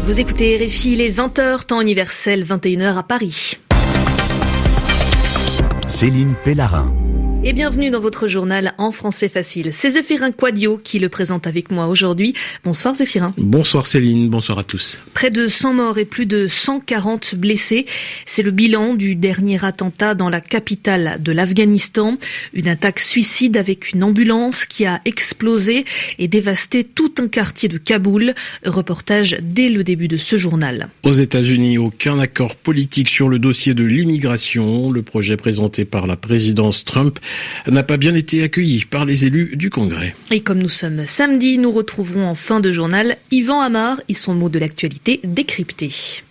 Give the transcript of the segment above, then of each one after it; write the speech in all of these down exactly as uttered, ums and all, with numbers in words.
Vous écoutez R F I, il est vingt heures, temps universel, vingt et une heures à Paris. Céline Pellarin. Et bienvenue dans votre journal en français facile. C'est Zéphirin Quadio qui le présente avec moi aujourd'hui. Bonsoir Zéphirin. Bonsoir Céline, bonsoir à tous. Près de cent morts et plus de cent quarante blessés. C'est le bilan du dernier attentat dans la capitale de l'Afghanistan. Une attaque suicide avec une ambulance qui a explosé et dévasté tout un quartier de Kaboul. Reportage dès le début de ce journal. Aux États-Unis, aucun accord politique sur le dossier de l'immigration. Le projet présenté par la présidence Trump n'a pas bien été accueilli par les élus du Congrès. Et comme nous sommes samedi, nous retrouverons en fin de journal Yvan Amar et son mot de l'actualité décrypté.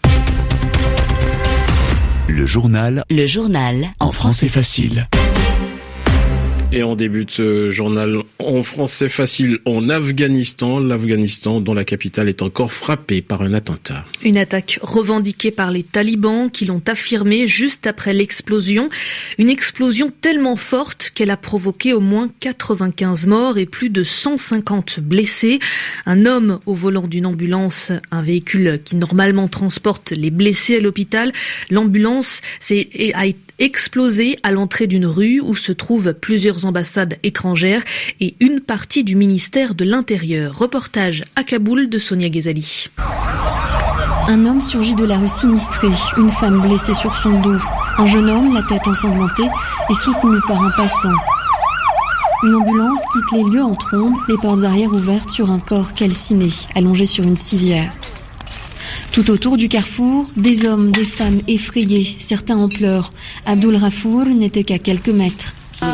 Le journal. Le journal. En français facile. Et on débute ce journal en français facile en Afghanistan. L'Afghanistan dont la capitale est encore frappée par un attentat. Une attaque revendiquée par les talibans qui l'ont affirmé juste après l'explosion. Une explosion tellement forte qu'elle a provoqué au moins quatre-vingt-quinze morts et plus de cent cinquante blessés. Un homme au volant d'une ambulance, un véhicule qui normalement transporte les blessés à l'hôpital. L'ambulance s'est, a été explosé à l'entrée d'une rue où se trouvent plusieurs ambassades étrangères et une partie du ministère de l'Intérieur. Reportage à Kaboul de Sonia Ghezali. Un homme surgit de la rue sinistrée, une femme blessée sur son dos. Un jeune homme, la tête ensanglantée, est soutenu par un passant. Une ambulance quitte les lieux en trombe, les portes arrière ouvertes sur un corps calciné, allongé sur une civière. Tout autour du carrefour, des hommes, des femmes effrayés, certains en pleurs. Abdul Rafour n'était qu'à quelques mètres.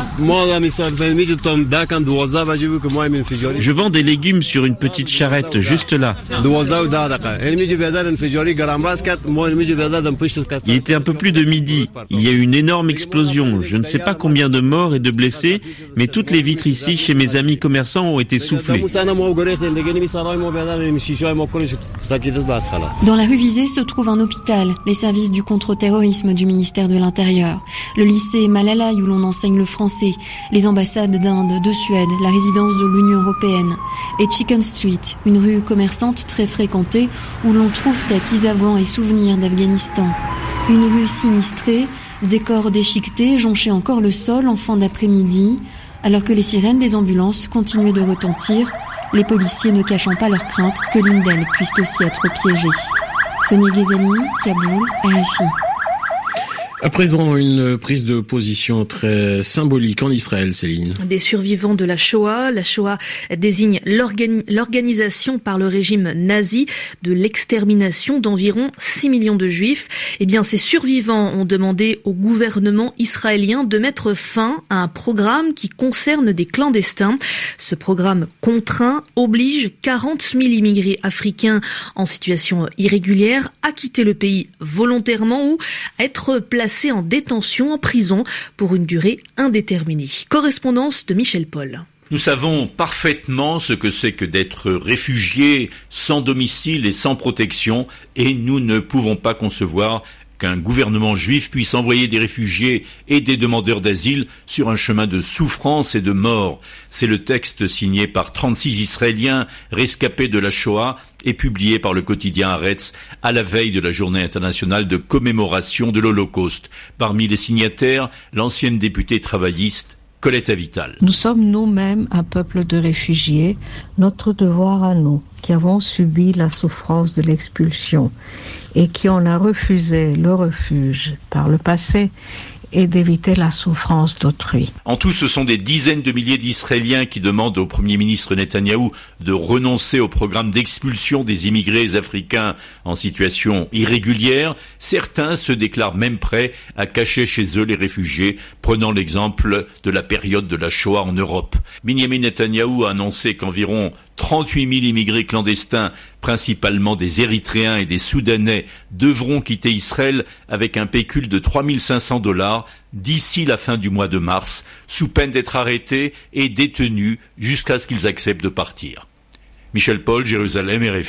Je vends des légumes sur une petite charrette juste là. Il était un peu plus de midi. Il y a eu une énorme explosion. Je ne sais pas combien de morts et de blessés, mais toutes les vitres ici chez mes amis commerçants ont été soufflées. Dans la rue visée se trouve un hôpital, les services du contre-terrorisme du ministère de l'Intérieur, le lycée Malala où l'on enseigne le français, les ambassades d'Inde, de Suède, la résidence de l'Union européenne et Chicken Street, une rue commerçante très fréquentée où l'on trouve tapis afghans et souvenirs d'Afghanistan. Une rue sinistrée, décor déchiqueté, jonchait encore le sol en fin d'après-midi, alors que les sirènes des ambulances continuaient de retentir, les policiers ne cachant pas leur crainte que l'une d'elles puisse aussi être piégée. Sonia Ghezali, Kaboul, R F I. À présent, une prise de position très symbolique en Israël, Céline. Des survivants de la Shoah. La Shoah désigne l'organi- l'organisation par le régime nazi de l'extermination d'environ six millions de juifs. Eh bien, ces survivants ont demandé au gouvernement israélien de mettre fin à un programme qui concerne des clandestins. Ce programme contraint oblige quarante mille immigrés africains en situation irrégulière à quitter le pays volontairement ou à être placés en détention, en prison, pour une durée indéterminée. Correspondance de Michel Paul. Nous savons parfaitement ce que c'est que d'être réfugié sans domicile et sans protection, et nous ne pouvons pas concevoir qu'un gouvernement juif puisse envoyer des réfugiés et des demandeurs d'asile sur un chemin de souffrance et de mort. C'est le texte signé par trente-six Israéliens rescapés de la Shoah et publié par le quotidien Haaretz à la veille de la journée internationale de commémoration de l'Holocauste. Parmi les signataires, l'ancienne députée travailliste Colette Avital. Nous sommes nous-mêmes un peuple de réfugiés. Notre devoir à nous, qui avons subi la souffrance de l'expulsion et qui en a refusé le refuge par le passé, et d'éviter la souffrance d'autrui. En tout, ce sont des dizaines de milliers d'Israéliens qui demandent au Premier ministre Netanyahou de renoncer au programme d'expulsion des immigrés africains en situation irrégulière. Certains se déclarent même prêts à cacher chez eux les réfugiés, prenant l'exemple de la période de la Shoah en Europe. Binyamin Netanyahou a annoncé qu'environ trente-huit mille immigrés clandestins, principalement des Érythréens et des Soudanais, devront quitter Israël avec un pécule de trois mille cinq cents dollars d'ici la fin du mois de mars, sous peine d'être arrêtés et détenus jusqu'à ce qu'ils acceptent de partir. Michel Paul, Jérusalem, R F I.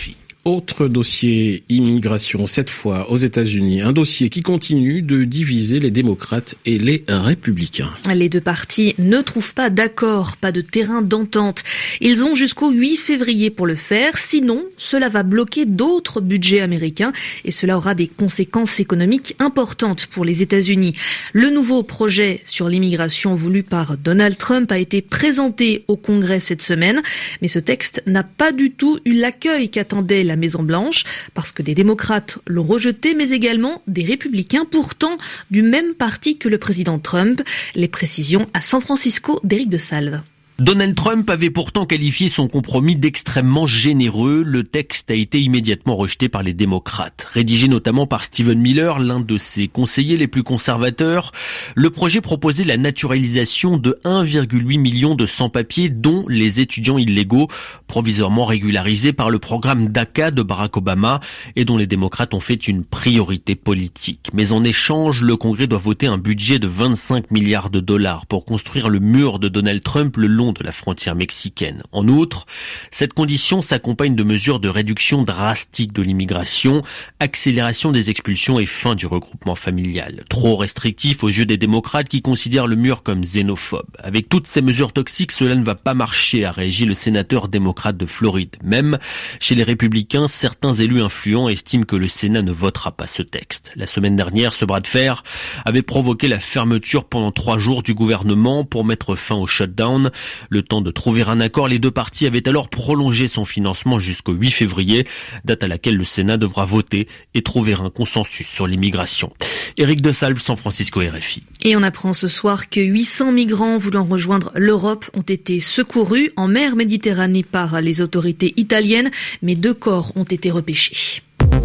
Autre dossier immigration, cette fois aux États-Unis. Un dossier qui continue de diviser les démocrates et les républicains. Les deux partis ne trouvent pas d'accord, pas de terrain d'entente. Ils ont jusqu'au huit février pour le faire. Sinon, cela va bloquer d'autres budgets américains et cela aura des conséquences économiques importantes pour les États-Unis. Le nouveau projet sur l'immigration voulu par Donald Trump a été présenté au Congrès cette semaine. Mais ce texte n'a pas du tout eu l'accueil qu'attendait la Maison-Blanche, parce que des démocrates l'ont rejeté, mais également des républicains, pourtant du même parti que le président Trump. Les précisions à San Francisco d'Éric de Salve. Donald Trump avait pourtant qualifié son compromis d'extrêmement généreux. Le texte a été immédiatement rejeté par les démocrates. Rédigé notamment par Stephen Miller, l'un de ses conseillers les plus conservateurs, le projet proposait la naturalisation de un virgule huit million de sans-papiers, dont les étudiants illégaux, provisoirement régularisés par le programme DACA de Barack Obama et dont les démocrates ont fait une priorité politique. Mais en échange, le Congrès doit voter un budget de vingt-cinq milliards de dollars pour construire le mur de Donald Trump le long de la frontière mexicaine. En outre, cette condition s'accompagne de mesures de réduction drastique de l'immigration, accélération des expulsions et fin du regroupement familial. Trop restrictif aux yeux des démocrates qui considèrent le mur comme xénophobe. Avec toutes ces mesures toxiques, cela ne va pas marcher, a réagi le sénateur démocrate de Floride. Même chez les républicains, certains élus influents estiment que le Sénat ne votera pas ce texte. La semaine dernière, ce bras de fer avait provoqué la fermeture pendant trois jours du gouvernement pour mettre fin au shutdown. Le temps de trouver un accord, les deux partis avaient alors prolongé son financement jusqu'au huit février, date à laquelle le Sénat devra voter et trouver un consensus sur l'immigration. Éric de Salve, San Francisco, R F I. Et on apprend ce soir que huit cents migrants voulant rejoindre l'Europe ont été secourus en mer Méditerranée par les autorités italiennes, mais deux corps ont été repêchés.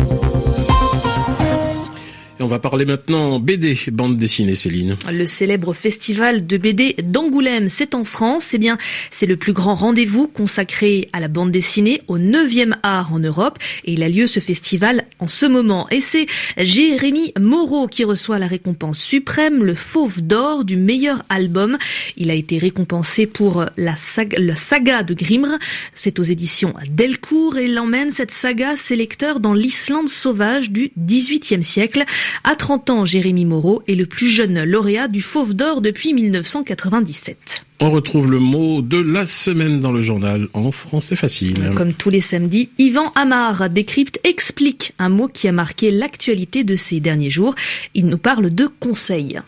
Et on va parler maintenant B D, bande dessinée, Céline. Le célèbre festival de B D d'Angoulême, c'est en France. Eh bien, c'est le plus grand rendez-vous consacré à la bande dessinée, au neuvième art en Europe. Et il a lieu, ce festival, en ce moment. Et c'est Jérémy Moreau qui reçoit la récompense suprême, le Fauve d'or du meilleur album. Il a été récompensé pour la saga, la saga de Grimre. C'est aux éditions Delcourt et il emmène cette saga, ses lecteurs, dans l'Islande sauvage du dix-huitième siècle. À trente ans, Jérémy Moreau est le plus jeune lauréat du Fauve d'or depuis mille neuf cent quatre-vingt-dix-sept. On retrouve le mot de la semaine dans le journal en français facile. Comme tous les samedis, Yvan Amar décrypte, explique un mot qui a marqué l'actualité de ces derniers jours. Il nous parle de conseil.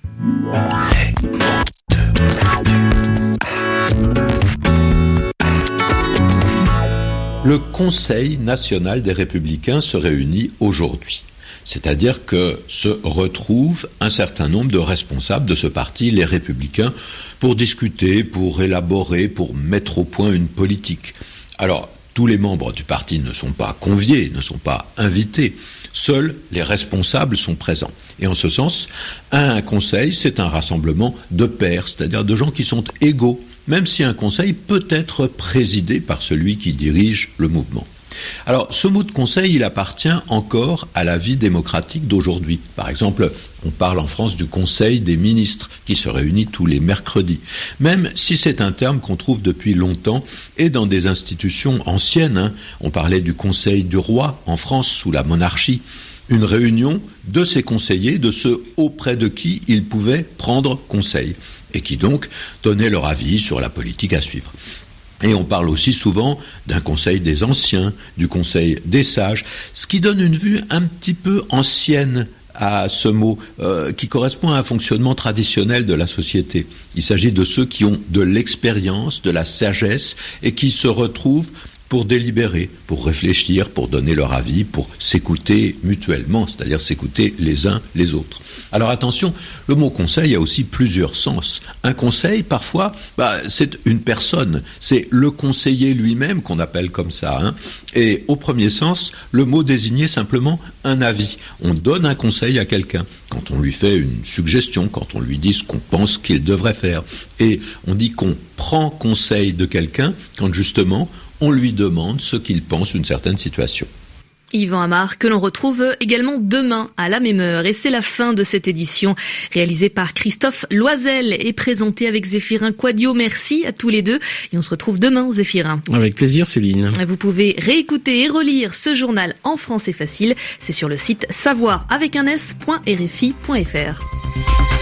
Le Conseil national des Républicains se réunit aujourd'hui. C'est-à-dire que se retrouvent un certain nombre de responsables de ce parti, les Républicains, pour discuter, pour élaborer, pour mettre au point une politique. Alors, tous les membres du parti ne sont pas conviés, ne sont pas invités. Seuls les responsables sont présents. Et en ce sens, un conseil, c'est un rassemblement de pairs, c'est-à-dire de gens qui sont égaux, même si un conseil peut être présidé par celui qui dirige le mouvement. Alors, ce mot de conseil, il appartient encore à la vie démocratique d'aujourd'hui. Par exemple, on parle en France du Conseil des ministres, qui se réunit tous les mercredis. Même si c'est un terme qu'on trouve depuis longtemps, et dans des institutions anciennes, hein, on parlait du Conseil du roi en France, sous la monarchie, une réunion de ses conseillers, de ceux auprès de qui ils pouvaient prendre conseil, et qui donc donnaient leur avis sur la politique à suivre. Et on parle aussi souvent d'un conseil des anciens, du conseil des sages, ce qui donne une vue un petit peu ancienne à ce mot, euh, qui correspond à un fonctionnement traditionnel de la société. Il s'agit de ceux qui ont de l'expérience, de la sagesse, et qui se retrouvent pour délibérer, pour réfléchir, pour donner leur avis, pour s'écouter mutuellement, c'est-à-dire s'écouter les uns les autres. Alors attention, le mot conseil a aussi plusieurs sens. Un conseil, parfois, bah, c'est une personne, c'est le conseiller lui-même qu'on appelle comme ça. Hein. Et au premier sens, le mot désignait simplement un avis. On donne un conseil à quelqu'un quand on lui fait une suggestion, quand on lui dit ce qu'on pense qu'il devrait faire. Et on dit qu'on prend conseil de quelqu'un quand justement on lui demande ce qu'il pense d'une certaine situation. Yvan Amar, que l'on retrouve également demain à la même heure. Et c'est la fin de cette édition réalisée par Christophe Loisel et présentée avec Zéphirin Quadio. Merci à tous les deux et on se retrouve demain, Zéphirin. Avec plaisir, Céline. Vous pouvez réécouter et relire ce journal en français facile. C'est sur le site savoir avec un s point r f i point f r.